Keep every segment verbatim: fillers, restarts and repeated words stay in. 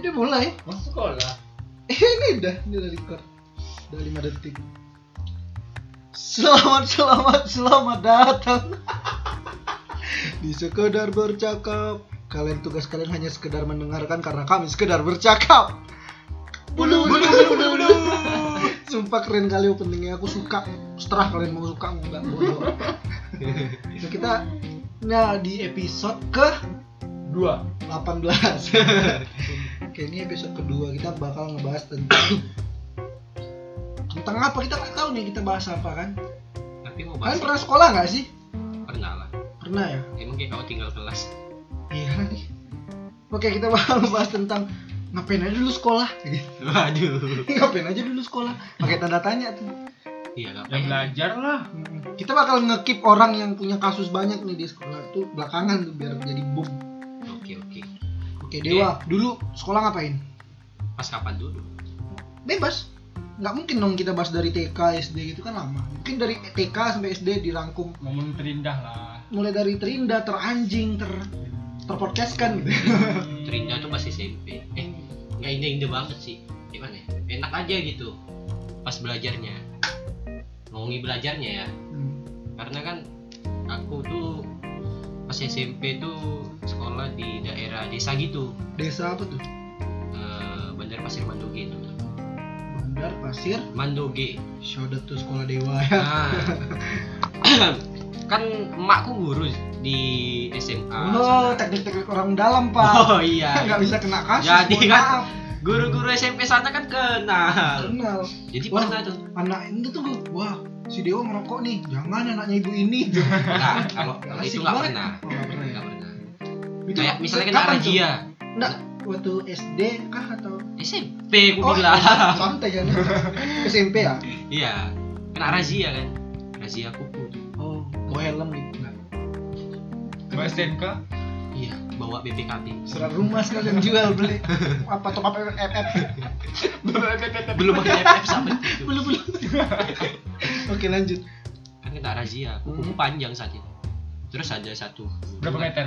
udah mulai. Masuk sekolah. Eh ini udah, ini udah record. Udah lima detik. Selamat, selamat, selamat datang di Sekedar Bercakap. Kalian tugas kalian hanya sekedar mendengarkan karena kami sekedar bercakap. Bulu bulu bulu bulu. Sumpah keren kali openingnya, aku suka. Setelah kalian mau suka mau enggak bodoh. Nah, kita nah di episode ke Dua. delapan belas. Oke, ini episode kedua kita bakal ngebahas tentang tentang apa, kita nggak tahu nih kita bahas apa kan. Tapi mau Kalian bahas pernah sekolah nggak sih? Pernah lah. Pernah ya? Emang kayak kau tinggal kelas. Iya nih. Oke, kita bakal ngebahas tentang ngapain aja dulu sekolah. Waduh. Ngapain aja dulu sekolah? Pakai tanda tanya tuh. Iya Ya ngapain? belajar lah. Kita bakal nge-keep orang yang punya kasus banyak nih di sekolah tuh belakangan tuh biar jadi boom. Oke oke. Oke, Dewa, dulu sekolah ngapain? Pas kapan dulu? Bebas. Nggak mungkin dong kita bahas dari T K, S D gitu kan lama. Mungkin dari T K sampai S D dirangkum. Momen terindah lah. Mulai dari terindah, teranjing, ter terpodcastkan gitu. Terindah tuh pas S M P. Eh nggak indah-indah banget sih. Gimana ya? Enak aja gitu. Pas belajarnya. Ngomongin belajarnya ya. Hmm. Karena kan aku tuh pas S M P tuh sekolah di daerah desa gitu. Desa apa tuh? Eh, Bandar Pasir Mandoge itu. Bandar Pasir. Mandoge. Shout out tuh sekolah Dewa ya. Nah, kan emakku guru di S M A. Oh, teknik-teknik orang dalam, Pak. Oh iya. Nggak bisa kena kasus. Jadi mohon kan maaf. guru-guru S M P sana kan kenal. Kenal. Jadi Wah, pernah tuh. anak itu tuh, wah, si Dewa ngerokok nih. Jangan anaknya ibu ini. Nah, kalau kalau Asik itu nggak banget. pernah. Oh, nggak pernah ya? Nggak pernah. Itu Kayak misalnya kena kapan tuh? razia. Nggak, waktu S D kah atau S M P aku oh, bilang. santai kan? S M P ya? Iya. Kena razia kan. Razia kuku tuh. Oh, bawa helm gitu. Nggak. Bawa S T N K. Iya, bawa B P K B. Surat rumah sekalian jual beli apa top up F F. Belum pakai F F sama itu. Belum belum. Oke, lanjut. Kan kena razia. Kuku Hmm. panjang saat itu. Terus ada satu. Berapa meter?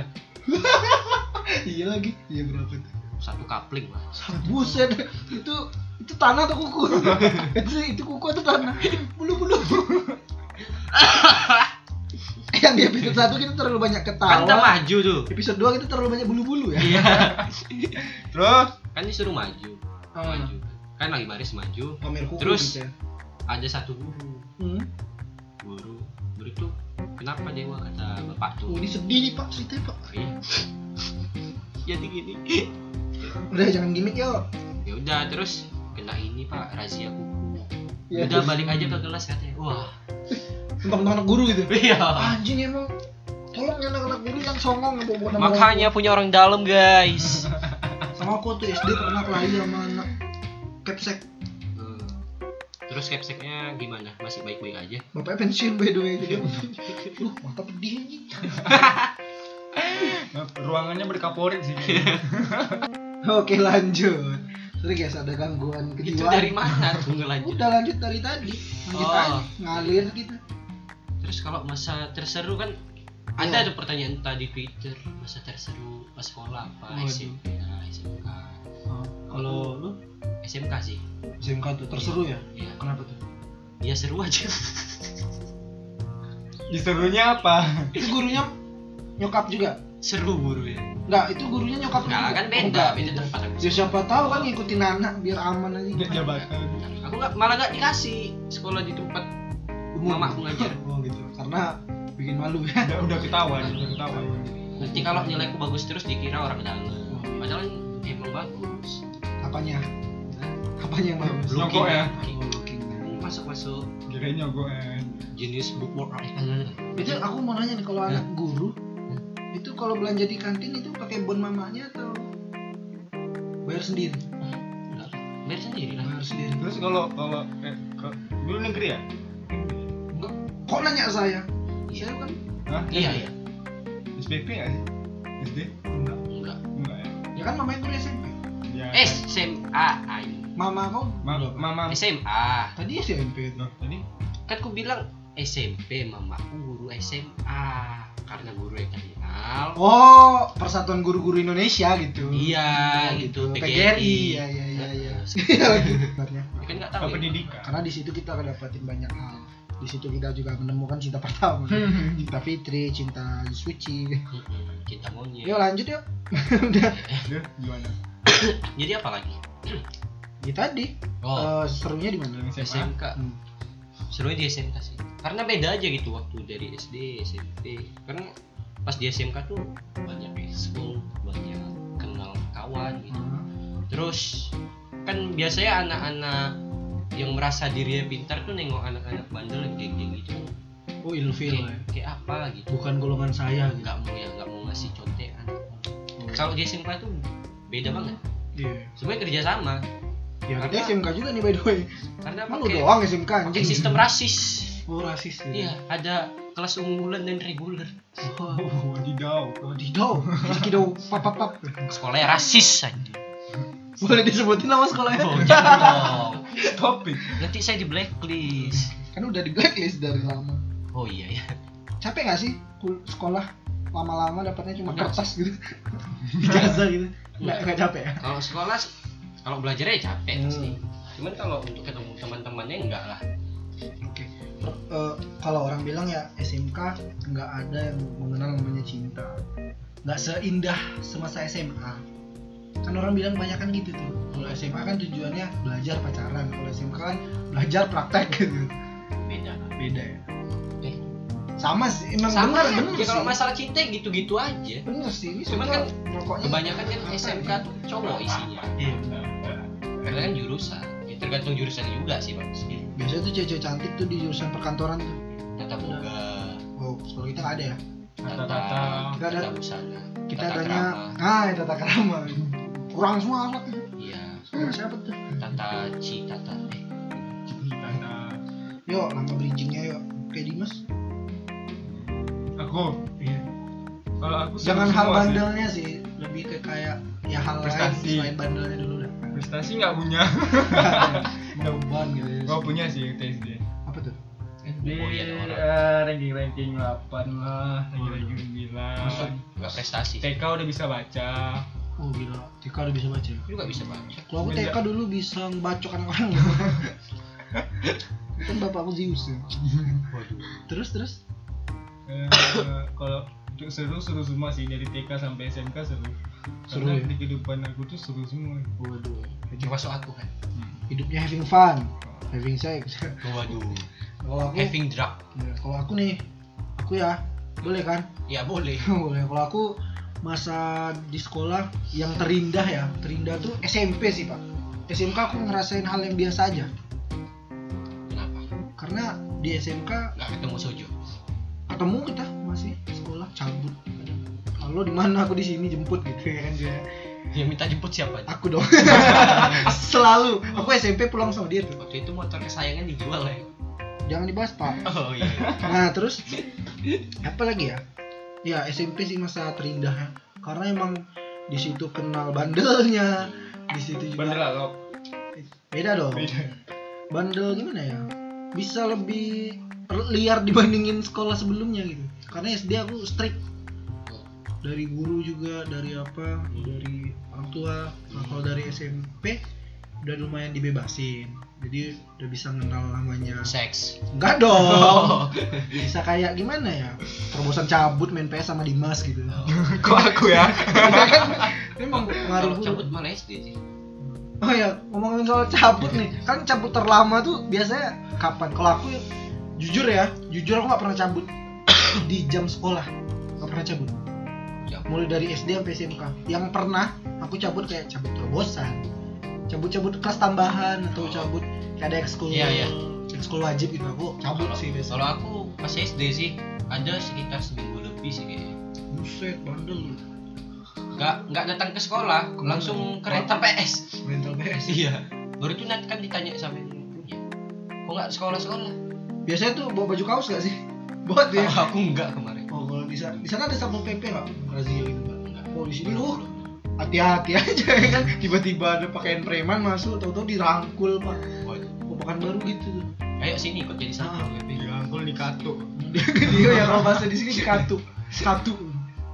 Iya lagi. Iya berapa tuh? Satu kapling lah. Buset, itu itu tanah atau kuku? itu itu kuku atau tanah? Bulu bulu. Yang di episode satu kita terlalu banyak Kan ketawa. kita maju tuh. Episode dua kita terlalu banyak bulu-bulu ya. Iya. Terus Kan disuruh maju. Ah. Maju. Kan lagi baris maju. Pamer kuku Terus gitu ya. ada satu guru. Hmm. Guru. Guru itu kenapa Dewa kata bapak tuh? Oh, ini sedih nih Pak, ceritanya Pak. Iya. Jadi gini. Udah jangan gimmick yo. Ya udah terus kena ini Pak razia kuku. Ya, Udah terus balik aja ke kelas katanya. Wah. Tentang anak guru gitu. Iya. Anjing emang. Tolong ya anak-anak guru yang songong yang bawa nama Makanya punya orang dalam guys. orang tua. Sama aku tuh S D pernah kelahi sama anak Capsek. Hmm. Terus capseknya gimana? Masih baik-baik aja? Bapaknya pensiun by the way jadi. Duh, mata pedih anjing. ruangannya berkaporit sih. Oke, lanjut. Sorry guys, ada gangguan Itu kejiwaan. dari mana tuh ngelanjut? Udah lanjut dari tadi. Lanjut Oh. aja, ngalir gitu. Terus kalau masa terseru kan Iya. ada tuh pertanyaan tadi Twitter, masa terseru pas sekolah apa? Waduh. S M P lah, S M K. Kalau lu S M K sih. S M K tuh terseru ya? Iya. Kenapa tuh? Ya seru aja. Disuruhnya apa? Itu gurunya nyokap juga? Seru guru ya. Enggak, itu gurunya nyokap Enggak juga. kan Oh, beda, enggak. beda tempat. Ya siapa tahu kan ngikutin anak biar aman aja. Nggak jabatan. Aku nggak malah nggak dikasih sekolah di tempat Umum. mamaku ngajar. Oh gitu. Karena bikin malu ya. Udah, udah ketahuan, udah ketahuan. Nanti kalau nilaiku bagus terus dikira orang dalam. Padahal emang bagus. Apanya? Apanya yang bagus? Looking, Nyogok ya? looking. Oh, looking. Masuk-masuk Kirain nyogokan. genius bookmark. Itu aku mau nanya nih, kalau anak guru itu kalau belanja di kantin itu pakai bon mamanya atau bayar sendiri? Enggak, bayar sendiri lah. Bayar sendiri. Terus kalau kalau eh, ke dulu negeri ya? Enggak. Kok nanya saya? Iya. Saya kan Hah? Iya iya. S P P nggak sih? S D? enggak. Enggak. Enggak ya? Ya kan mamanya guru S M P. Ya. S M A ayo. Mama kau Ma- berapa? mama. S M A. Tadi S M P itu. Loh, tadi Kan aku bilang S M P mamaku guru S M A karena guru yang terkenal Oh, Persatuan Guru-Guru Indonesia gitu. Iya, gitu. P G R I. Iya, iya, iya, iya. Sebenarnya. Kan nggak tahu. Apa Ya. pendidikan? Karena di situ kita akan dapatin banyak hal. Di situ kita juga menemukan cinta pertama. Cinta Fitri, cinta Suci. Mm-mm, cinta monyet. Yuk lanjut yuk. Udah. Dia gimana? Jadi apa lagi? Ya tadi. Oh, Eh, serunya di mana? S M A? S M K. Hmm. Serunya di S M K sih. Karena beda aja gitu waktu dari S D, S M P. Karena pas di S M K tuh banyak ekskul, banyak kenal kawan gitu. Hmm. Terus kan biasanya anak-anak yang merasa dirinya pintar tuh nengok anak-anak bandel yang geng-geng gitu. Oh, ilfil Kayak, ya. kayak apa gitu. Bukan golongan saya gitu. Nggak mau ya nggak mau ngasih contekan. Kalau di S M K tuh beda banget. Iya. Semuanya kerja sama. Ya, kita Karena- S M K juga nih by the way. Karena Emang lu pakai doang S M K pakai anjing. sistem rasis. Oh, rasis ya. Iya, ada kelas unggulan dan reguler. Oh, Oh, wadidaw. wadidaw. Dikido pap pap pap. Sekolahnya rasis aja. Boleh disebutin nama sekolahnya? Oh, jangan dong. Stop it. Nanti saya di blacklist. Kan udah di blacklist dari lama. Oh iya ya. Capek gak sih kul- sekolah lama-lama dapatnya cuma Enggak. kertas gitu? Ijazah gitu. Enggak enggak capek ya? Kalau sekolah, kalau belajarnya capek Hmm. pasti. Cuman kalau untuk ketemu teman-temannya enggak lah. Oke. Eh, kalau orang bilang ya S M K nggak ada yang mengenal namanya cinta. Nggak seindah semasa S M A. Kan orang bilang banyak kan gitu tuh. Kalau S M A kan tujuannya belajar pacaran. Kalau S M K kan belajar praktek gitu. Beda. Beda ya. Eh, Sama sih. Emang sama bener, ya. bener Ya kalau sih. masalah cinta gitu-gitu aja. Bener sih. Ini Cuman soalnya kan rokoknya Kebanyakan kan S M K tuh cowok isinya. Iya. Karena kan jurusan. Ya tergantung jurusan juga sih, Pak. Biasanya tuh cewek cantik tuh di jurusan perkantoran tuh. Tata boga, Oh, sekolah kita nggak ada ya. Kata-kata. Kita ada- tata busana, Kita tata adanya krama. ah ya, tata krama. Kurang semua akhlaknya. Iya, Sekolah siapa tuh? tata ci tata eh Kata. Yuk, nama bridgingnya yuk. Kayak Dimas. Aku. Iya. Kalau aku Jangan seru hal semua sih. bandelnya sih, lebih ke kayak ya hal lain Prestasi. selain bandelnya dulu dah. Prestasi nggak punya. Nggak beban gitu. ya. Gua punya sih T S D. Apa tuh? Di Oh, iya, ada orang. eh, ranking-ranking delapan lah, ranking-ranking Maksud sembilan. nggak prestasi. T K udah bisa baca. Oh gila, T K udah bisa baca. Lu nggak bisa baca. Kalau aku T K dulu bisa ngebacok anak-anak. Kan bapakku Zeus ya. Waduh. Terus terus. Eh, kalau untuk seru seru semua sih dari T K sampai S M K seru. Seru Karena ya? di kehidupan aku tuh seru semua. Waduh. Termasuk aku kan. Hidupnya having fun, having sex. Waduh. Kalau aku, Having drug. ya, kalau aku nih, aku ya boleh kan? Ya boleh. Boleh. Kalau aku masa di sekolah yang terindah ya, terindah tuh S M P sih pak. S M K aku ngerasain hal yang biasa aja. Kenapa? Karena di S M K Nggak ketemu sojo. ketemu kita masih sekolah cabut. Kalau di mana aku di sini jemput gitu ya kan dia. Yang minta jemput siapa? Aku dong. Selalu. Aku S M P pulang sama dia tuh. Waktu itu motor kesayangan dijual ya. Jangan dibahas pak. Oh iya. Nah terus apa lagi ya? Ya S M P sih masa terindahnya. Karena emang di situ kenal bandelnya, di situ juga. Bandel lah lo. Beda dong. Beda. Bandel gimana ya? Bisa lebih liar dibandingin sekolah sebelumnya gitu. Karena S D aku strict. Dari guru juga, dari apa, dari orang tua. Nah, kalau dari S M P udah lumayan dibebasin. Jadi udah bisa kenal namanya. Seks. Enggak dong. Bisa kayak gimana ya? Terobosan cabut main P S sama Dimas gitu. Kok aku ya? Ini emang pengaruh Kalau guru. cabut malah S D sih. Oh ya, ngomongin soal cabut nih. Kan cabut terlama tuh biasanya kapan? Kalau aku jujur ya, jujur aku nggak pernah cabut di jam sekolah. Nggak pernah cabut. Ya. Mulai dari S D sampai S M K. Yang pernah aku cabut kayak cabut terobosan, cabut-cabut kelas tambahan atau Oh. cabut kayak ada ekskul, Iya, iya. ekskul wajib gitu. Aku cabut Kalau- sih biasanya. Kalau aku pas S D sih ada sekitar seminggu lebih sih kayaknya. Buset, bandel. Nggak nggak datang ke sekolah, langsung ke rental P S. Rental P S. Iya. Baru tuh nanti kan ditanya sama yang punya. Kok nggak sekolah-sekolah? Biasanya tuh bawa baju kaos gak sih? Buat ya. Oh, aku nggak kemarin. Oh, kalau bisa. Di sana ada satpol P P nggak? Razia gitu nggak? Nggak. Oh, di sini lu hati-hati aja ya kan. Tiba-tiba ada pakaian preman masuk, tahu-tahu dirangkul pak. Waduh. Pekan baru gitu. Ayo sini ikut jadi satu. Ah. P P. Dirangkul di katuk. Dia ya kalau bahasa di sini dikatu, katu.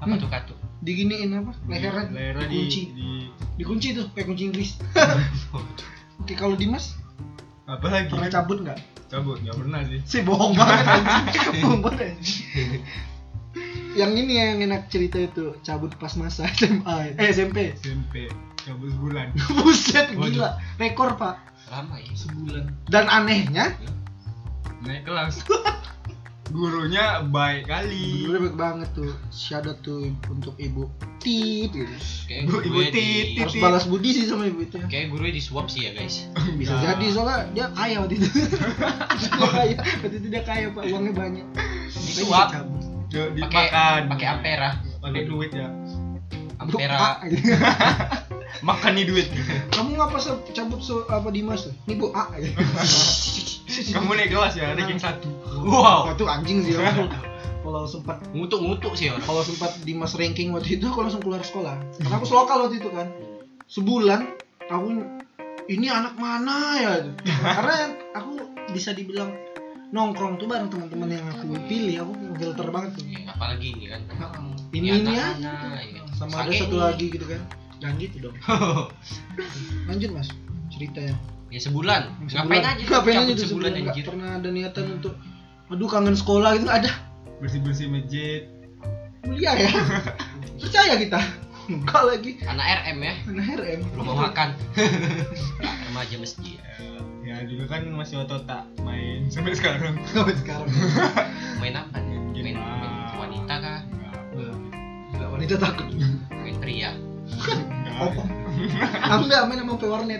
Apa tuh katu? Diginiin apa? Lehernya Lehernya di, dikunci. di Dikunci tuh kayak kunci Inggris. Oke, kalau Dimas apa lagi? pernah cabut nggak? Cabut nggak pernah sih. Si bohong banget anjing. Bohong banget anjing. Yang ini yang enak cerita itu cabut pas masa S M A eh S M P. S M P cabut sebulan. Buset Waduh. gila. Rekor, Pak. Lama ya. Sebulan. Dan anehnya Naik kelas. Gurunya baik kali. dulu baik banget tuh. Shout out tuh untuk Ibu Tit gitu. Kayak Bu, gue Ibu di Tit. Harus balas budi sih sama Ibu itu. kayak gue di swap sih ya guys. Bisa Nah. jadi soalnya dia kaya waktu itu. Dia kaya. Waktu itu dia kaya, Pak. Uangnya banyak. Itu Makanya suap. bisa cabut. Jo- Pakai dimakan. pakai ampera. Pakai duit ya. Bro, Ampera. A, gitu. Makan nih duit. Kamu ngapa se cabut se apa Dimas? Nih Bu A. Gitu. Kamu naik kelas ya, ranking satu. Wah, Wow. itu anjing sih. Kalau kalau sempat Ngutuk-ngutuk sih orang. kalau sempat Dimas ranking waktu itu aku langsung keluar sekolah. Karena aku selokal waktu itu kan. Sebulan aku ini anak mana ya? Karena aku bisa dibilang nongkrong tuh bareng teman-teman yang aku pilih, aku filter banget tuh. Ya, apalagi ini kan. Ini Ya, ini ya. anak-anak, ya. Sama ada Sange satu nih. lagi gitu kan. Jangan gitu dong. Lanjut Mas ceritanya. Ya sebulan. Yang Ngapain sebulan. aja tuh Ngapain aja cabut tuh sebulan Nggak anjir. pernah ada niatan untuk aduh kangen sekolah gitu nggak ada. Bersih-bersih masjid. Kuliah ya. Percaya kita. Enggak lagi. Anak R M ya. Anak R M. Rumah makan. Remaja masjid. Eh, Ya dulu kan masih otot-otak main sampai sekarang. Sampai sekarang. Main apa nih? Game Main, apa? main wanita kah? Enggak wanita takut. Main pria. Oh, oh. Aku enggak main sama P warnet.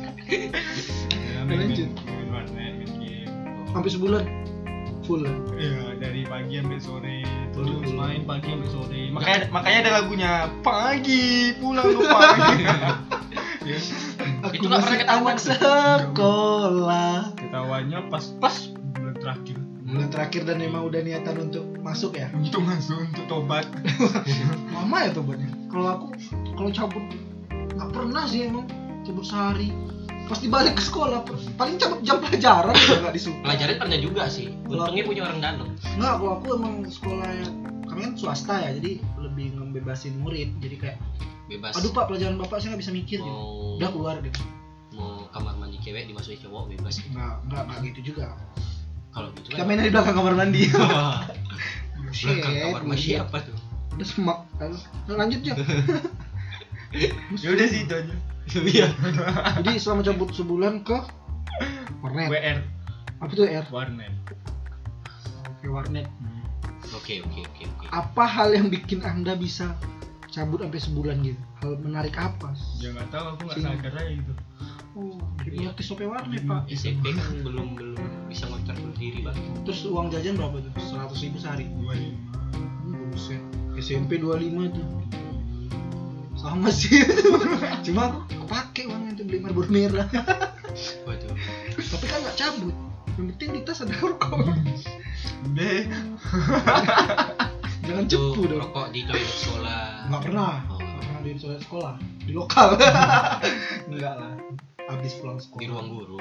Ya, main, Lanjut. main, main warnet, main game. Sampai sebulan full. Iya, dari pagi sampai sore terus Betul. main pagi sampai sore. Makanya makanya ada lagunya pagi pulang ke pagi. Ya. Aku Itu nggak pernah masih ketahuan anak tuh. sekolah. Ketawanya pas-pas bulan terakhir Bulan terakhir dan emang udah niatan untuk masuk ya. untuk masuk untuk tobat. Lama ya tobatnya. Kalau aku kalau cabut nggak pernah sih emang cabut sehari. Pasti balik ke sekolah. Paling cabut jam pelajaran juga nggak disuruh. Pelajaran pernah juga sih. Kalau- Untungnya punya orang dalam. Nggak, kalau aku emang sekolah yang kami kan swasta ya, jadi lebih ngebebasin murid. Jadi kayak, Bebas. aduh pak pelajaran bapak saya nggak bisa mikir gitu. Mau Udah keluar gitu. mau kamar mandi cewek dimasukin cowok bebas. Nggak, nggak, nggak gitu juga. Kalau gitu Kita kan. mainnya di belakang kamar mandi. Belakang kamar mandi bullshit. apa tuh? Udah semak. Aduh, lanjut ya. Ya udah sih itu aja. Iya. Jadi selama cabut sebulan ke warnet. W R Apa tuh R? warnet. Oke, warnet. Oke oke oke oke. Apa hal yang bikin anda bisa cabut sampai sebulan gitu? Hal menarik apa? Ya nggak tahu aku nggak Sing. sadar aja gitu. Oh, hipnotis sampai warnet pak. S M P kan belum belum bisa ngotor berdiri bang. Terus uang jajan berapa tuh? Seratus ribu sehari. Dua lima. Hmm, buset. S M P dua puluh lima tuh. Sama sih. Cuma aku kepake uangnya untuk beli Marlboro merah. Waduh. Tapi kan nggak cabut. Yang penting di tas ada rokok. Deh. Jangan Itu cepu dong. rokok di toilet sekolah. Nggak pernah. Oh. Nggak pernah di toilet sekolah. Di lokal. Enggak lah. Habis pulang sekolah. Di ruang guru.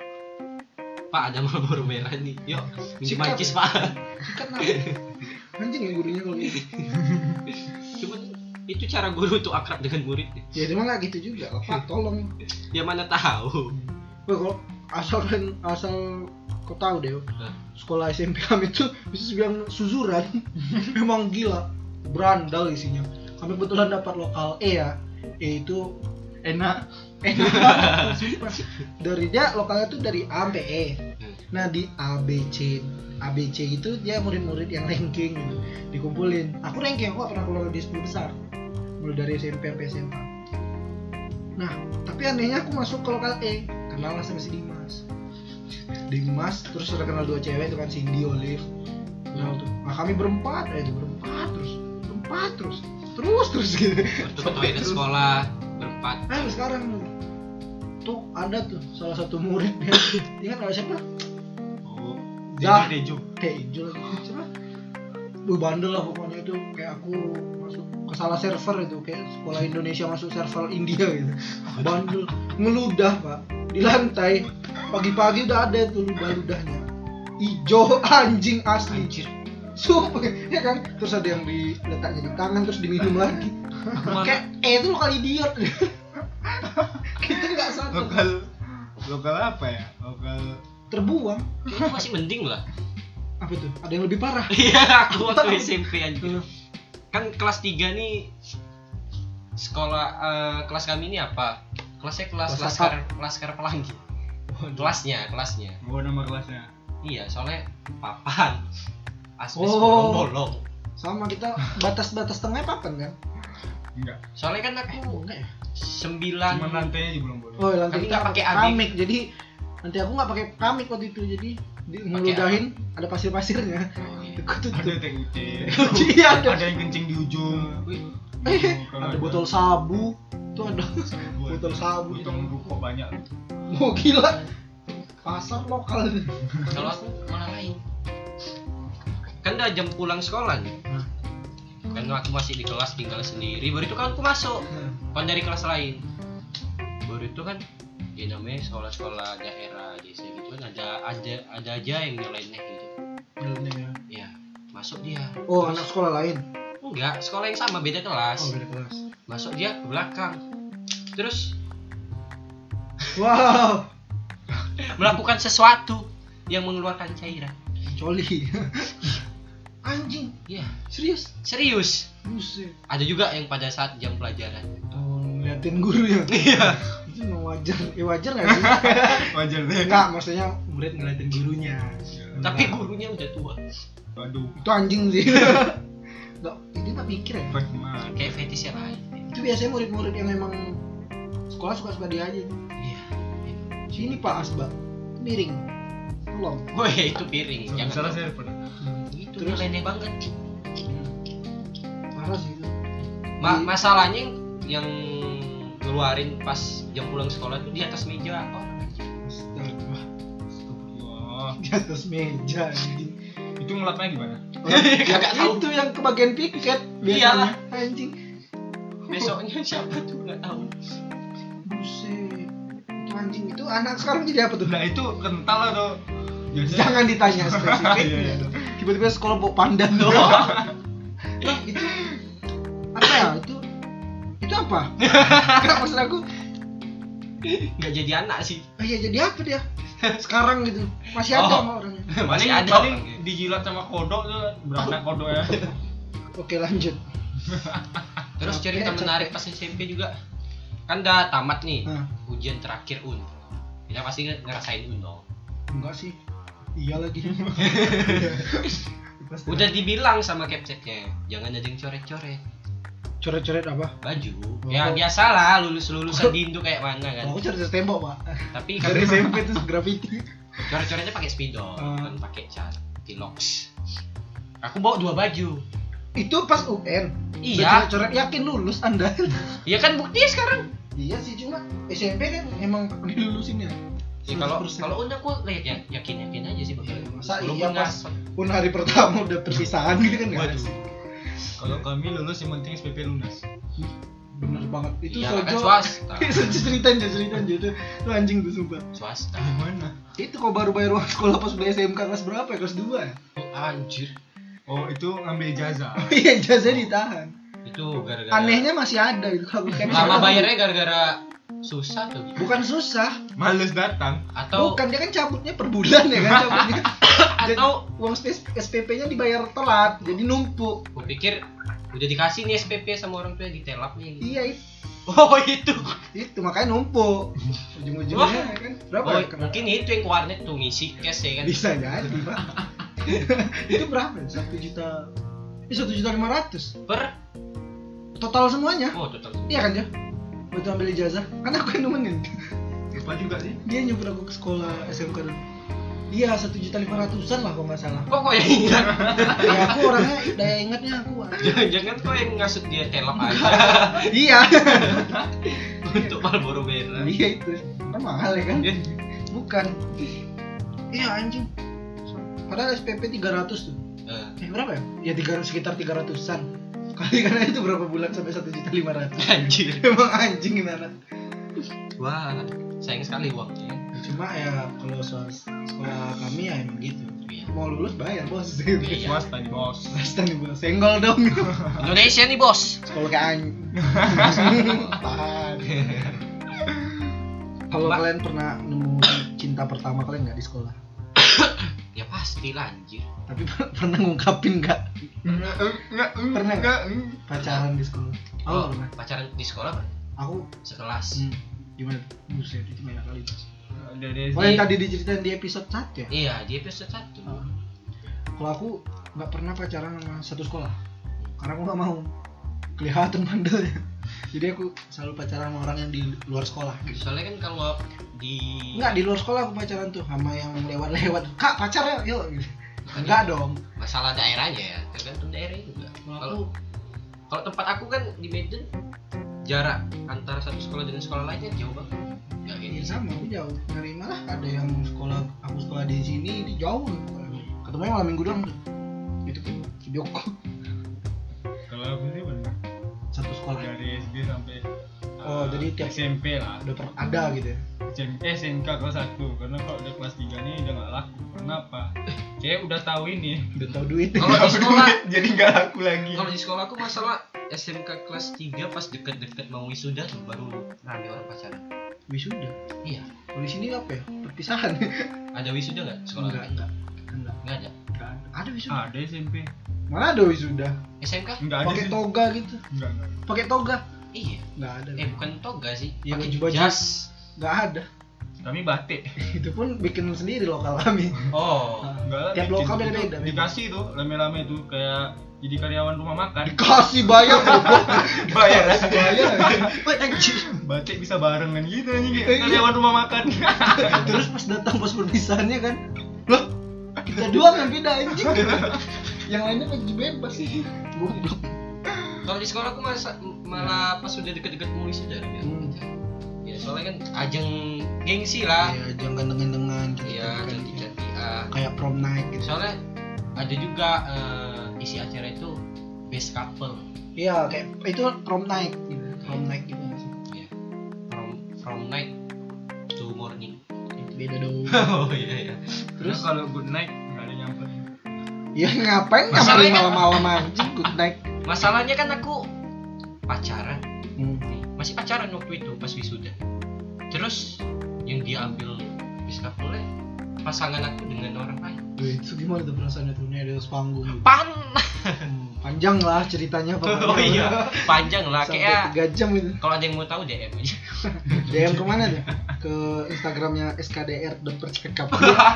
Pak ada Marlboro merah nih. Yuk, minum Sikat. mancis Pak. Sikat lah. Anjing ya gurunya kalau gitu. Cuma itu cara guru untuk akrab dengan murid. Ya cuma nggak gitu juga. Lah, Pak, tolong. Dia mana tahu. Wah, kalau asal kan asal kau tahu deh. Hah? Sekolah S M P kami tuh bisa dibilang suzuran. Memang gila. Berandal isinya. Kami kebetulan dapat lokal E ya. E itu Enak. enak. Sumpah. Dari dia lokalnya tuh dari A sampai E. Hmm. Nah di A B C A B C itu dia murid-murid yang ranking gitu. Dikumpulin. Aku ranking, aku gak pernah keluar di sepuluh besar. Mulai dari S M P sampai S M A. Nah, tapi anehnya aku masuk ke lokal E. Kenal lah sama si Dimas. Dimas, terus ada kenal dua cewek itu kan, Cindy, Olive. Kenal tuh. Nah kami berempat, eh itu berempat terus, berempat terus, terus terus gitu. Waktu ke toilet Terus. sekolah berempat. Nah sekarang tuh ada tuh salah satu murid ya. Ingat nggak siapa? Oh. Dah. Dejo. Kayak hijau lagi siapa? Wih bandel lah pokoknya itu, kayak aku masuk ke salah server itu, kayak sekolah Indonesia masuk server India gitu. Bandel, ngeludah pak di lantai. Pagi-pagi udah ada tuh ludah-ludahnya. Ijo anjing asli. Anjir. sup ya kan, terus ada yang diletaknya di tangan terus diminum lagi. Kayak eh itu lokal idiot. Kita nggak sadar. Lokal lokal apa ya? Lokal Terbuang. Itu masih mending lah. Apa tuh? Ada yang lebih parah. Iya, aku waktu S M P anjir. Kan kelas tiga nih sekolah eh, kelas kami ini apa? Kelasnya kelas Kelas Laskar Laskar Pelangi. Kelasnya, kelasnya. gua nama kelasnya. Iya, soalnya papan. Asbes Oh. bolong-bolong. Sama kita batas-batas tengah papan kan? Enggak. Soalnya kan aku Enggak ya? sembilan Cuma lantainya juga belum boleh. Oh, lantai Kami kita nggak pakai pakai abik. kamik. Jadi nanti aku nggak pakai kamik waktu itu. Jadi di Pakai ngeludahin ada pasir-pasirnya. Oh, iya. Aku tutup. Ada T U C. Iya, ada. Ada yang kencing di ujung. Wih, Eh, Kalau ada botol sabu. Tuh ada Buat- botol sabu di botol rokok banyak. Oh gila. Pasar lokal. kalau aku malah lain. Kan udah jam pulang sekolah nih. Hmm. Kan aku masih di kelas tinggal sendiri. Baru itu kan aku masuk. Kan dari kelas lain. Baru itu kan ya namanya sekolah-sekolah daerah desa gitu kan ada ada ada aja yang nyeleneh gitu. Ya, masuk dia. Oh, anak sekolah lain. Enggak, sekolah yang sama beda kelas. Oh, beda kelas. Masuk dia ke belakang. Terus Wow, melakukan sesuatu yang mengeluarkan cairan. coli. Anjing, Iya, serius? serius. Buset. Ada juga yang pada saat jam pelajaran. Oh, ngeliatin guru ya. Iya. Itu emang wajar. Ya wajar nggak sih? Wajar deh. Enggak, maksudnya murid ngeliatin gurunya. Tapi gurunya udah tua. Waduh. Itu anjing sih. Enggak, ini nggak mikir ya. Bagaimana? Kayak fetishnya lain. Itu biasanya murid-murid yang memang sekolah suka-suka dia aja. Iya. Sini Pak Asba, miring. Tolong. Woi, itu piring. Jangan salah Jangan. server. Itu Terus? nyeleneh banget. Parah sih itu. Ma- Di- masalahnya yang ngeluarin pas jam pulang sekolah tuh di atas meja. Oh, Astaga. Wah. Di atas meja anjing. Itu ngelapnya gimana? Oh, yang Kagak tahu. itu yang kebagian piket Iyalah. biasanya. Anjing. besoknya siapa tuh nggak tahu. Buset. Itu anjing itu anak sekarang jadi apa tuh? Nah itu kental lah tuh. Biasanya- Jangan ditanya Iya, spesifiknya. iya. Tiba-tiba sekolah bawa pandan tuh. Lah, itu apa ya? Itu itu apa? Enggak, maksud aku. Nggak jadi anak sih. Oh iya, jadi apa dia? Sekarang gitu. Masih ada Oh. sama orangnya. Masih Paling ada paling orangnya. dijilat sama kodok tuh beranak kodok ya. Oke, lanjut. Terus Oke, cerita capek. menarik pas S M P juga. Kan udah tamat nih. Nah, Ujian terakhir U N. Kita pasti ngerasain U N dong. enggak sih. Iya lagi. Pasti. Udah dibilang sama capseknya, jangan ada yang coret-coret Coret-coret apa? baju. Oh. Ya biasalah lulus-lulusan di Indo kayak mana kan. Oh, aku coret tembok, Pak. Tapi kan Dari S M P itu graffiti. coret-coretnya pakai spidol, Ah. kan pakai cat Tilox. Aku bawa dua baju. Itu pas U N. Iya. Coret yakin lulus Anda. Ya kan buktinya sekarang. Iya sih, cuma S M P kan emang dilulusin ya. Ya kalau seratus persen. kalau U N aku lihat ya yakin yakin aja sih bakal. Masa Walaupun iya pas nggak- pun hari pertama udah perpisahan gitu kan. Waduh. Waduh. Kalau kami lulus yang penting S P P lunas. Bener banget. Itu Iya, Sojo. kan swasta. Ceritain aja, ceritain aja itu. Itu anjing tuh sumpah. swasta. Gimana? Itu kok baru bayar uang sekolah pas udah S M K kelas berapa ya? Kelas dua ya? Oh, anjir. Oh itu ngambil ijazah. Iya, jasa ditahan. Itu gara-gara Anehnya masih ada itu kalau kayak lama misalkan- bayarnya gara-gara susah tuh gitu. Bukan susah. Males datang. Atau Bukan, dia kan cabutnya per bulan ya kan cabutnya. atau Uang S P P-nya dibayar telat, jadi numpuk. gue pikir udah dikasih nih S P P sama orang tua ditelap nih. Iya, itu, Oh itu. itu makanya numpuk. Ujung-ujungnya ya kan berapa? Oh, ya? Kena- mungkin itu yang ke warnet tuh ngisi cash ya kan. Bisa jadi, Pak. Itu berapa? Satu juta. Eh, satu juta lima ratus. Per Total semuanya. oh total. Iya kan, ya? Buat ambil ijazah. Kan aku yang nemenin. Lupa juga sih. Dia nyumput aku ke sekolah S M K dulu. Iya, satu juta lima ratusan lah kalau nggak salah. Kok kok yang ingat? Ya aku orangnya daya ingatnya aku. Jangan-jangan kok yang ngasut dia telap aja Iya. untuk Marlboro merah. Iya itu. Kan mahal ya kan? Bukan. Iya anjing. Padahal S P P tiga ratus tuh. Eh, Eh berapa ya? Ya tiga sekitar tiga ratusan. Kali karena itu berapa bulan sampai satu juta lima ratus. anjir. Emang anjing ini anak. Wah, sayang sekali uangnya. Cuma ya kalau soal sekolah kami ya emang gitu. Iya. mau lulus bayar bos gitu. Iya. Swasta nih bos. Swasta nih bos, senggol dong. Indonesia nih bos. Sekolah kayak aing. Tahan. Kalau Mbak. kalian pernah nemu cinta pertama kalian nggak di sekolah? Ya pasti lah anjir. Tapi per- pernah ngungkapin nggak Enggak, enggak, Pernah enggak. pacaran di sekolah? Oh, Oh, pernah. pacaran di sekolah pernah? Aku Sekelas. hmm, gimana? Buset, itu banyak kali. Dari Oh, yang tadi diceritain di episode satu ya? Iya, di episode satu. Oh. Kalau aku nggak pernah pacaran sama satu sekolah, karena aku nggak mau kelihatan bandelnya. Jadi aku selalu pacaran sama orang yang di luar sekolah. Gitu. Soalnya kan kalau di Enggak, di luar sekolah aku pacaran tuh sama yang lewat-lewat. Kak, pacar ya? Yuk. Gitu. Enggak dong. masalah daerahnya ya, tergantung daerah juga. Kalau Kalau aku kalau tempat aku kan di Medan jarak antara satu sekolah dengan sekolah lainnya jauh banget. Enggak ya gitu sih. sama, aku jauh. Dari malah ada yang sekolah, aku sekolah di sini, di jauh. Ketemunya malam minggu doang tuh. Itu pun video call. Kalau aku sih pernah Satu sekolah. dari S D sampai Oh, uh, jadi tiap- S M P lah. Udah pernah ada gitu ya. S M P, S M K kelas satu karena kalau udah kelas tiga nih udah gak laku. Kenapa? Kayak udah tahu ini. Udah tahu duit. Kalau di sekolah, jadi gak laku lagi. kalau di sekolah aku masalah S M K kelas tiga pas deket-deket mau wisuda tuh baru rame orang pacaran. Wisuda. Iya. Kalau di sini apa ya? Perpisahan. Ada wisuda nggak sekolah? Enggak, enggak. Enggak. Nggak ada. Enggak ada. Ada wisuda. Ada S M P. Mana ada wisuda? S M K? Enggak ada Pakai sih. toga gitu. Enggak, enggak. Pakai toga. Iya. Enggak ada. Eh bukan toga sih. Iya, Pakai baju-baju. jas. Enggak ada. Kami batik. Itu pun bikin sendiri lokal kami. Oh. Enggak lah. Tiap bikin lokal gitu. beda-beda, memang. Dikasih tuh rame-rame tuh kayak jadi karyawan rumah makan. Dikasih bayar goblok. Bayar. Kasih bayar. Wah, anjir. Batik bisa barengan gitu anjing Eh, kayak karyawan rumah makan. Terus pas datang pas perpisahannya kan, loh kita doang yang beda anjing. Yang lainnya lagi bebas sih. Goblok. Kalau di sekolah aku masa, malah pas sudah deket-deket mau wisuda ya. Hmm. Ya soalnya kan ajeng gengsi lah. Iya, jangan dengan-dengan Iya, cantik-cantikan. kayak prom night gitu. Soalnya ada juga eh, isi acara itu best couple. Iya, kayak itu prom night gitu. Prom night gitu nggak sih? Iya. From from night to morning. Itu beda dong. Oh iya iya. Terus kalau good night enggak ada nyamperin. Ya ngapain Masalahnya nyamperin kan- malam-malam anjing good night. Masalahnya kan aku pacaran. Hmm. Nih, masih pacaran waktu itu pas wisuda. Terus yang dia ambil best couple pasangan aku dengan orang lain. Wih, itu gimana tuh perasaannya tuh? Ini ada panggung gitu. Pan. Hmm, panjang lah ceritanya pokoknya. Oh iya, panjang lah Sampai kayak tiga jam itu. kalau ada yang mau tahu D M aja. D M kemana tuh? Ke Instagramnya S K D R dan percakap.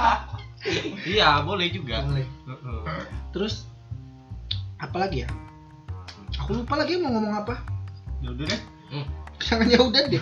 Iya, boleh juga. Boleh. Heeh. Terus apa lagi ya? Aku lupa lagi mau ngomong apa. Ya udah deh. Hmm. Jangan ya udah deh.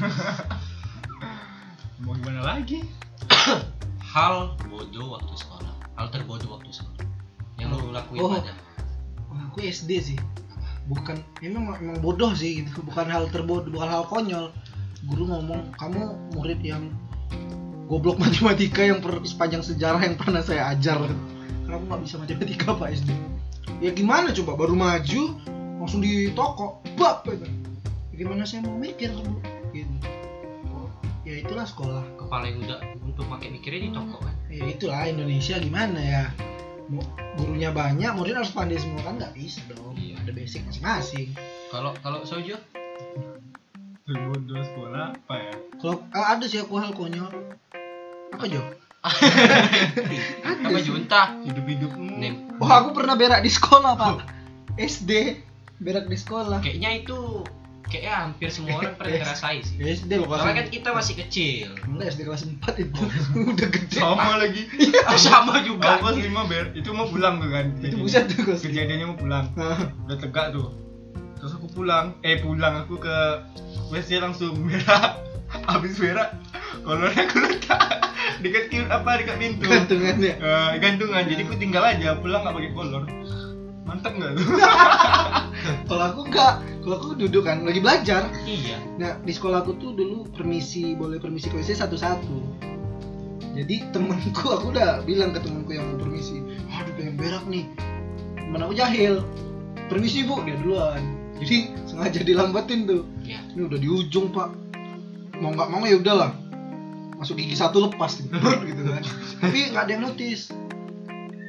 Mau gimana lagi? Hal bodoh waktu sekolah. Hal terbodoh waktu sekolah. Yang lu lakuin Oh. pada. Oh, aku S D sih. Bukan, memang memang bodoh sih gitu. Bukan hal terbodoh, bukan hal konyol. Guru ngomong, kamu murid yang goblok matematika yang per, sepanjang sejarah yang pernah saya ajar. Karena aku nggak bisa matematika Pak S D. Ya gimana coba, baru maju langsung di toko, bab gitu. Ya gimana saya mau mikir dulu? Gitu. Ya itulah sekolah. Kepala yang udah untuk pakai mikirnya di toko kan. Ya itulah Indonesia gimana ya. Mu- Gurunya banyak, murid harus pandai semua kan nggak bisa dong. Iya. Ada basic masing-masing. Kalau kalau Sojo Terbodoh sekolah apa ya? Kalau ah, ada sih aku hal konyol. Apa Jo? Ada apa sih. junta? Hidup-hidupmu. Nem. Oh, aku pernah berak di sekolah Pak. S D berak di sekolah. Kayaknya itu kayaknya hampir semua orang pernah ngerasain sih. S D loh Soalnya kan kelas. kita masih kecil. Enggak S D kelas empat itu. Udah gede. Sama lagi. Oh, sama juga. Kelas lima ber, itu mau pulang tuh kan. Itu buset tuh kelas. Kejadiannya mau pulang. Nah, Udah tegak tuh. Terus aku pulang, eh pulang aku ke W C langsung berak. Habis berak, kolornya aku letak dekat kiut apa dekat pintu. gantungannya. Eh, gantungan, jadi aku tinggal aja pulang nggak pakai kolor. Mantap nggak tuh? Kalau aku enggak, kalau aku duduk kan lagi belajar. Iya. Nah, di sekolah aku tuh dulu permisi, boleh permisi ke W C satu-satu. Jadi temanku, aku udah bilang ke temanku yang mau permisi, aduh pengen berak nih. Temen aku jahil, permisi bu, dia duluan. Jadi sengaja dilambatin tuh. Iya. Ini udah di ujung pak, mau nggak mau ya udahlah. Masuk gigi satu lepas gitu, brut, gitu kan. Tapi nggak ada yang notice.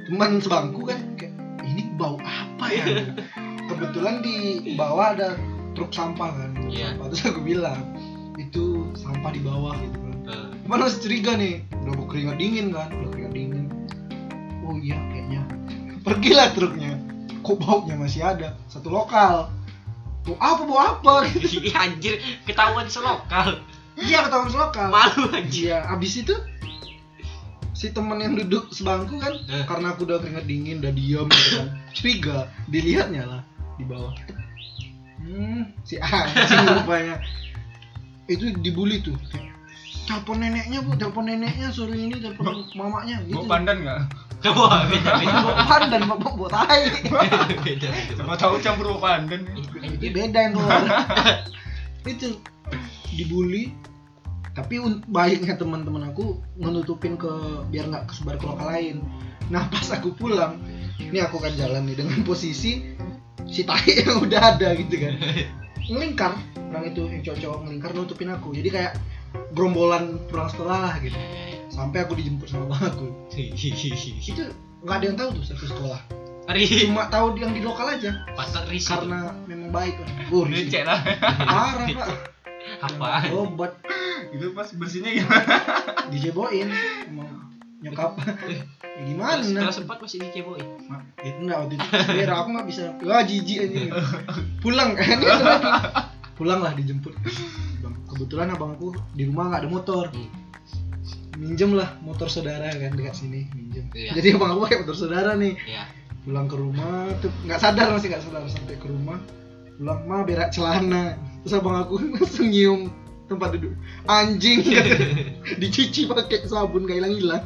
teman sebangku kan kayak ini bau apa ya? Kebetulan di bawah ada truk sampah kan. Iya. Sampah. Terus aku bilang itu sampah di bawah gitu kan. Uh, Cuman masih curiga nih, udah mau keringat dingin kan, udah keringat dingin. Oh iya kayaknya. Pergilah truknya. Kok baunya masih ada? Satu lokal. Bau apa bau apa? Gitu. anjir, ketahuan selokal. Iya ketahuan lokal. Malu anjir. Iya, abis itu si teman yang duduk sebangku kan, Eh. karena aku udah keringat dingin, udah diam gitu kan, curiga, dilihatnya lah di bawah. Hmm, si anjing rupanya. Itu dibully tuh. Telepon neneknya bu, telepon neneknya sore ini, telepon mamanya gitu. Bawa pandan nggak? Wah, beda beda. Bawa pandan, bawa bawa tai. Beda Siapa tahu campur bawa pandan. Itu beda yang keluar. Itu dibully. Tapi un- baiknya teman-teman aku nutupin ke biar nggak kesebar ke lokal lain. Nah pas aku pulang, ini aku kan jalan nih dengan posisi si tai yang udah ada gitu kan, ngelingkar orang itu yang cowok-cowok ngelingkar nutupin aku. Jadi kayak gerombolan pulang sekolah lah gitu. Sampai aku dijemput sama bang aku. Itu nggak ada yang tahu tuh satu sekolah. Hari Cuma tahu yang di lokal aja. pasar risih. Karena memang baik kan. Oh, risih. Becek lah. Parah pak. Apaan? Obat Itu pas bersihnya gimana? dijeboin sama nyokap. Ya, gimana? Kelas empat masih diceboin. Enggak waktu itu biar aku nggak bisa. Wah jijik aja. Pulang kan itu lagi. Pulang lah dijemput. Bang, kebetulan abangku di rumah nggak ada motor. Minjem lah motor saudara kan dekat sini minjem. Iya. Jadi abang aku pakai motor saudara nih. Iya. Pulang ke rumah tuh nggak sadar masih nggak sadar sampai ke rumah. Pulang mah berak celana. Terus abang aku langsung nyium tempat duduk. Anjing kata. Dicuci pakai sabun nggak hilang-hilang.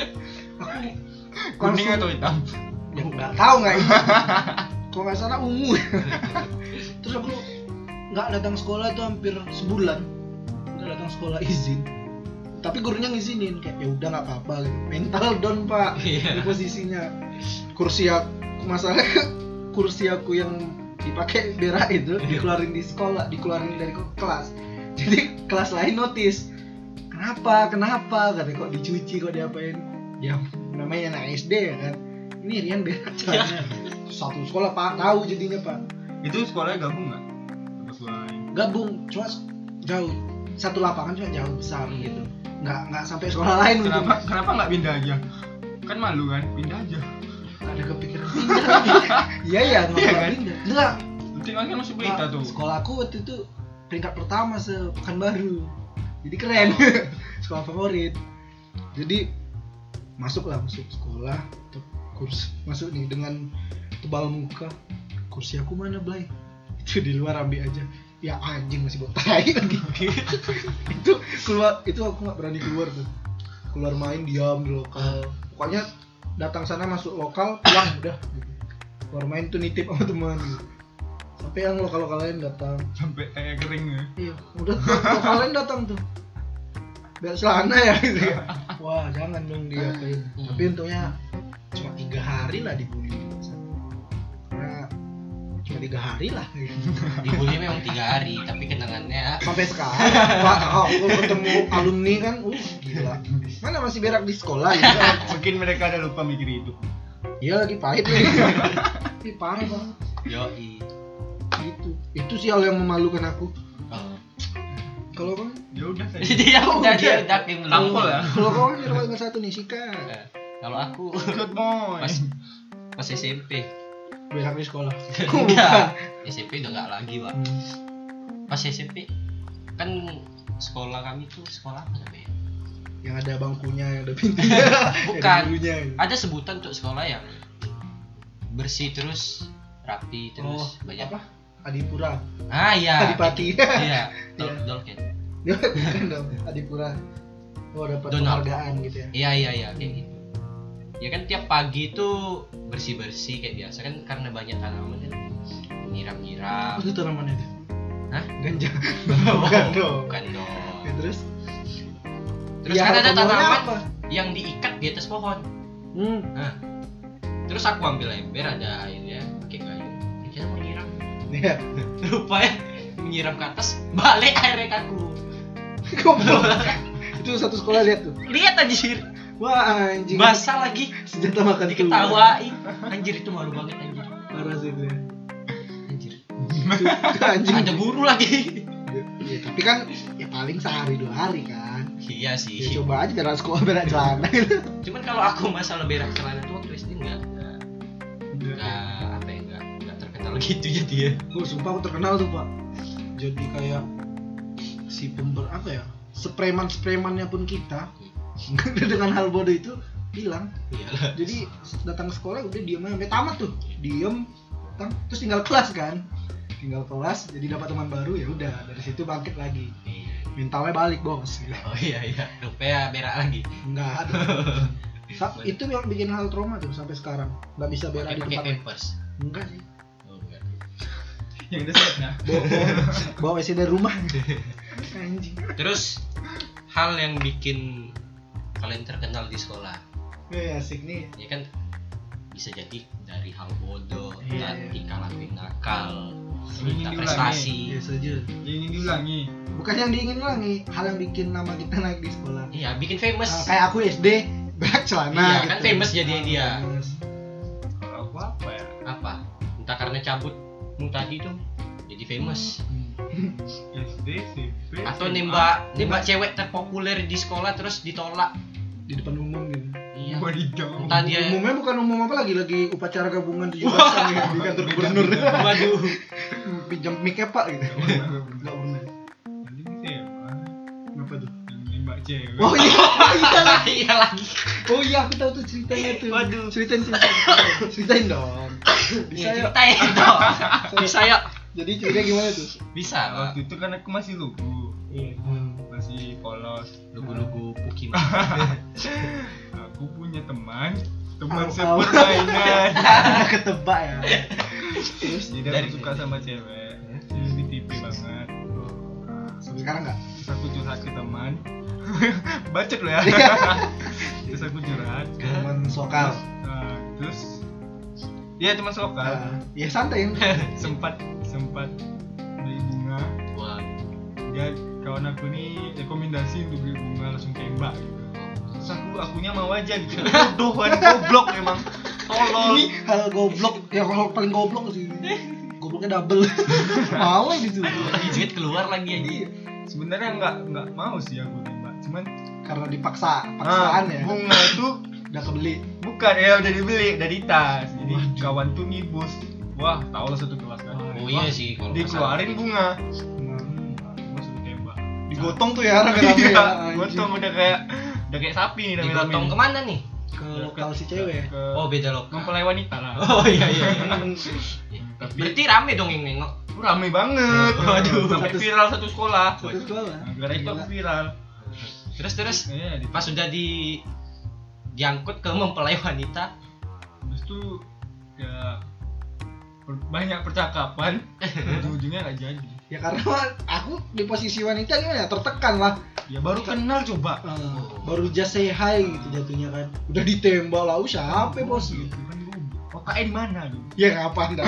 Aku Kuning atau hitam? ya nggak tahu nggak ini kalau nggak salah ungu. Terus aku nggak datang sekolah itu hampir sebulan, nggak datang sekolah izin, tapi gurunya ngizinin kayak ya udah nggak apa-apa gitu. Mental down pak. Iya. Di posisinya kursi aku masalah kursi aku yang dipakai berak itu dikeluarin di sekolah, dikeluarin dari kelas. Jadi kelas lain notice kenapa kenapa katanya kok dicuci kok diapain ya namanya anak S D ya kan, ini Rian berak celana. Satu sekolah pak tahu jadinya pak. Itu sekolahnya gabung nggak? Apa sekolah lain? Gabung cuma jauh, satu lapangan cuma jauh besar gitu, nggak nggak sampai sekolah lain. Kenapa kenapa nggak pindah aja? Kan malu kan, pindah aja. Nggak ada kepikiran pindah. Iya ya nggak Iya pernah kan? pindah. Enggak. Nanti kan masih berita Nah, tuh. sekolah aku waktu itu peringkat pertama se-Pekanbaru. Jadi keren. Sekolah favorit. Jadi masuklah masuk sekolah, tuh, kursi masuk nih dengan tebal muka. Kursi aku mana Blay? Itu di luar ambil aja. Ya anjing masih bau tai lagi. Itu keluar, itu aku nggak berani keluar tuh. Keluar main diam di lokal. Pokoknya datang sana masuk lokal, pulang udah. Gitu. Keluar main tuh nitip sama teman. Gitu. Sampai yang lokal-lokal lain datang. Sampai kayak kering ya. Iya, udah lokal lain datang tuh. Biar celana ya gitu ya. Wah, jangan dong diapain. Hmm. Tapi untungnya cuma tiga hari lah dibully. Karena cuma tiga hari lah. Dibully memang tiga hari, tapi kenangannya Sampai sekarang, Pak, oh, aku ketemu alumni kan, uh gila. Mana masih berak di sekolah gitu kan. Mungkin mereka ada lupa mikir itu. Iya lagi pahit nih. Ih parah banget. yoi. Gitu. Itu sih hal yang memalukan aku. Oh. Kalau bang, Ya udah saya. Dia udah dia udah. udah yang Tampol ya. kalau kau kan nyerah dengan satu nih Sika. Nah, kalau aku Good boy. pas pas S M P. Berak di sekolah. Enggak. S M P udah enggak lagi, Pak. Hmm. Pas S M P kan sekolah kami tuh sekolah apa namanya? Yang ada bangkunya, yang ada pintunya. Bukan. Ada gurunya. Ada sebutan untuk sekolah yang bersih terus rapi terus Oh, banyak apa? Adipura. ah iya Adipati. iya dol Iya. dolken Ya, bukan dong, Adipura. Oh, dapat Donald. penghargaan gitu ya. iya iya iya kayak gitu ya kan tiap pagi tuh bersih bersih kayak biasa kan karena banyak tanaman kan nyiram nyiram Apa tuh tanamannya itu? hah Ganja. bukan dong. bukan dong Ya, terus? terus Ya, kan ada harapannya tanaman apa? yang diikat di atas pohon Hmm. nah terus aku ambil ember ada airnya pakai kayu kita mau nyiram Ya. rupanya menyiram ke atas balik airnya ke aku Goblok. Itu satu sekolah lihat tuh. lihat anjir Wah anjing. Basah lagi. Senjata makan tulang. Diketawain. Anjir itu malu banget anjir. Parah sih itu ya. Anjir. Itu anjing. Ada guru lagi. Ya, tapi kan ya paling sehari dua hari kan. Iya sih. Ya, coba aja berak sekolah berak celana gitu. Cuman kalau aku masalah berak celana tuh waktu S D enggak enggak enggak apa ya enggak enggak terkenal gitu jadi ya. Gue sumpah aku terkenal tuh pak. Jadi kayak si pember apa ya? Spreman spremannya pun kita dengan hal bodoh itu hilang. Iyalah. Jadi datang ke sekolah udah diem aja sampai tamat tuh. Diem, tang, terus tinggal kelas kan. Tinggal kelas jadi dapat teman baru ya udah dari situ bangkit lagi. Mentalnya balik bos. Oh iya iya. Rupanya berak lagi. Enggak ada. Sa- itu yang bikin hal trauma tuh sampai sekarang. Enggak bisa berak di Pakai tempat. pampers. Enggak sih. Oh enggak. Yang desetnya. Bawa bawa, bawa W C dari rumah. Anjing. Terus hal yang bikin kalian terkenal di sekolah, Eh asik nih. ya kan bisa jadi dari hal bodoh, Iya, yeah, iya. tingkah laku yang nakal, Ingin minta diulangi. prestasi. Ya saja. Yang ingin diulangi. Bukan yang diingin ulangi, hal yang bikin nama kita naik di sekolah. Iya, bikin famous. Nah, kayak aku S D berak celana. Iya, gitu. kan famous jadinya dia. Famous. Kalau aku apa ya? Apa? Entah karena cabutmu tadi tuh jadi famous. S D, S M P. Atau S M A. nembak nembak cewek terpopuler di sekolah terus ditolak. Di depan umum gitu. Iya. Wadidaw. Entah dia Umumnya bukan umum apa lagi, lagi upacara gabungan tujuh belasan ya, di kantor gubernur. waduh. Pinjam mic-nya Pak gitu. Enggak pernah. Nanti bisa ya, Pak. Kenapa tuh? Yang nembak cewek. Oh iya, iya lah. Iya lagi. Oh iya, aku tahu tuh ceritanya tuh. Waduh. Ceritain ceritain. Ceritain dong. Bisa Iya, ya. ceritain dong. Bisa ya. Jadi ceritanya gimana tuh? Bisa lah. Waktu itu kan aku masih lugu. Iya. Masih polos. Lugu-lugu Pukim. Aku punya teman, teman Au, sebut au. mainan. Ketebak ya. Terus Jadi Dari- aku suka sama cewek. Cewek di T V banget. sampai sekarang enggak? Terus aku curhat ke teman. Bacot lo ya. Terus aku curhat. Teman sokal. Nah, terus Iya teman lokal. Ah, ya santai. sempat sempat beli bunga. Wah. Dia kawan aku nih rekomendasi untuk beli bunga langsung tembak gitu. Terus aku akunya mau aja gitu. Bodoh kan goblok emang. Tolol. Ini hal goblok, ya hal paling goblok sih. Gobloknya double. Mau aja gitu. Lagi duit keluar lagi aja. Sebenarnya nggak nggak mau sih aku tembak. Cuman Karena dipaksa, paksaan nah, ya. bunga itu Udah kebeli. bukan ya udah dibeli dari tas. Jadi Waduh. kawan tuh ngibus. Wah, tau lah satu kelas kan. Oh iya sih kalau Dikeluarin bunga. Hmm. Gua suruh tembak. Digotong tuh ya rame-rame Iya, ya. gotong udah kayak udah kayak sapi nih rame-rame. digotong kemana nih? Ke lokal si cewek. Ke Oh beda lokal. mempelai wanita lah. Oh iya iya. Hmm. Tapi Berarti rame dong yang nengok. rame banget. Waduh. Sampai viral satu sekolah. Satu sekolah. Nah, gara itu aku viral. Terus terus Iya, di pas sudah di diangkut ke mempelai wanita. Terus tuh ya per- banyak percakapan, ujung-ujungnya nggak jadi. Ya karena aku di posisi wanita gimana ya, tertekan lah. Ya baru kenal coba. Ah, baru just say hi gitu jatuhnya kan. Udah ditembak lah, siapa bos gitu. Gitu kan gua. O K E di mana gitu? Ya ngapa anda?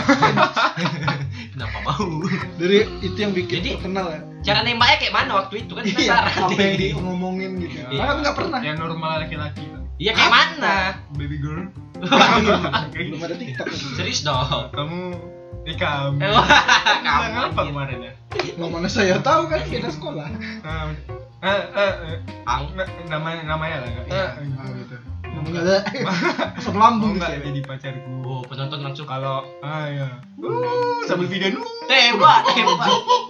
Kenapa mau? Dari itu yang bikin Jadi, terkenal ya. Cara nembaknya kayak mana waktu itu kan Iya, penasaran. apa yang di ngomongin gitu. Ya, Karena aku nggak pernah. Yang normal laki-laki. Iya kayak mana? Baby girl. Belum ada TikTok. Serius dong. Kamu eh kamu. Eh, Kamu kamu apa anjir. kemarin ya? Mau mana saya tahu kan beda sekolah. Nah, eh eh eh Ang. na- namanya namanya lah enggak? Iya. Eh, Ah gitu. Ngomong ada asam lambung mau tuh nggak saya. jadi pacarku? Oh penonton langsung Kalau ah ya. Uh, sambil video nu. tembak tembak.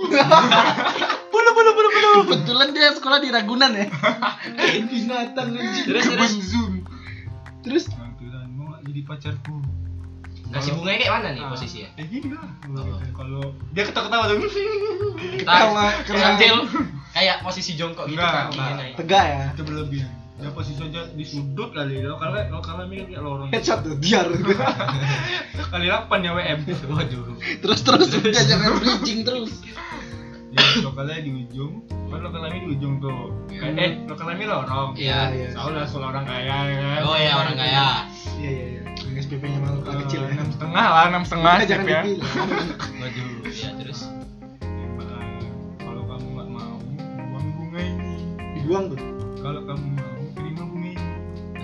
Bulu bulu bulu bulu. Kebetulan dia sekolah di Ragunan ya. Binatang anjing. Terus terus Zoom. Terus Nah, Tuhan, mau nggak jadi pacarku? kasih bunganya kayak mana nih Ah, posisinya? Eh gini lah. Oh. Kalau dia ketawa-ketawa tuh. Ketawa, keren. Sambil kayak posisi jongkok gitu Enggak, kan. enggak. naik. tegak ya. Itu berlebihan. Dia posisi aja di sudut kali. Lo kalau lo kalau mikir kayak lorong. Headshot tuh, biar. Kali delapan ya W M. Waduh. Terus terus udah jangan bridging terus. Ya, lokalnya di ujung. Kan lokal kami di ujung tuh. Kayak eh lokal kami lorong. Iya. iya. Tahu lah sekolah orang kaya ya kan. Oh iya orang kaya. Iya iya iya. Yang S P P-nya malah Eh, kecil ya. enam setengah lah, enam setengah Udah, jangan ya. dibilang. Waduh. Ya terus. Kalau kamu nggak mau, buang bunga ini. Dibuang tuh. Kalau kamu mau, terima bunga ini.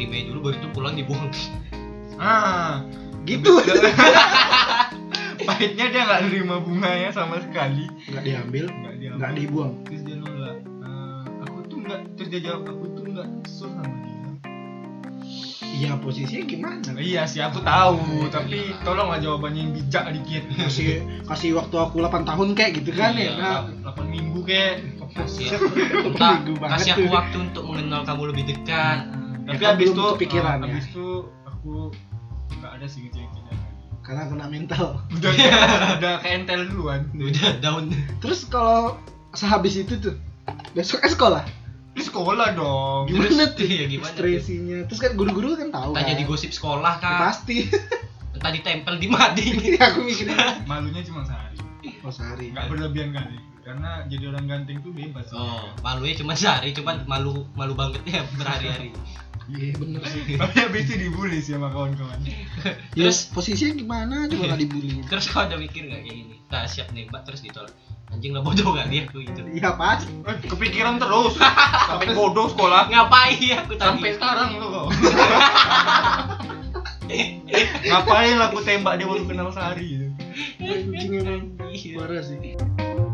anime dulu baru itu pulang dibuang. Ah, Gitu. pahitnya dia nggak nerima bunganya sama sekali. Nggak diambil, Nggak dia. nggak dibuang. Terus dia nolak. "Eh, aku tuh nggak. Terus dia jawab, aku tuh nggak kesel sama dia. Iya, posisinya gimana? Iya sih, aku tahu. Tapi tolonglah jawabannya yang bijak dikit. Kasih kasih waktu aku delapan tahun kayak gitu kan Iya. ya. Nah, delapan minggu kek. Kasih Entah, Entah, banget kasih aku tuh. waktu untuk mengenal kamu lebih dekat. Tapi kan abis belum itu, kepikiran ya. abis itu aku nggak ada sih ngecek-ngecek. Karena kena mental. Udah kayak, udah kayak entel duluan. Udah down. Terus kalau sehabis itu tuh besok sekolah Di sekolah dong. gimana tuh? Iya, gimana tuh? Ekspresinya. Terus kan guru-guru kan tahu Entah kan. jadi gosip sekolah Ya, kah? pasti. Entah ditempel di mading. Aku mikirnya Malunya cuma sehari. oh sehari. Nggak berlebihan kali. Karena jadi orang ganteng tuh bebas. Oh, malunya cuma sehari, cuman malu malu banget ya berhari-hari. Iya bener sih. Tapi habis itu dibully sih sama kawan-kawan. Terus posisinya gimana coba nggak dibully? Terus kau ada mikir nggak kayak gini? Nah, siap nembak terus ditolak. Anjing lah bodoh kali aku gitu. Iya pas. Eh, kepikiran terus. Sampai bodoh sekolah. Ngapain aku tadi? Sampai sekarang lo kok. Ngapain aku tembak dia baru kenal sehari gitu. Anjing emang Iya. parah sih.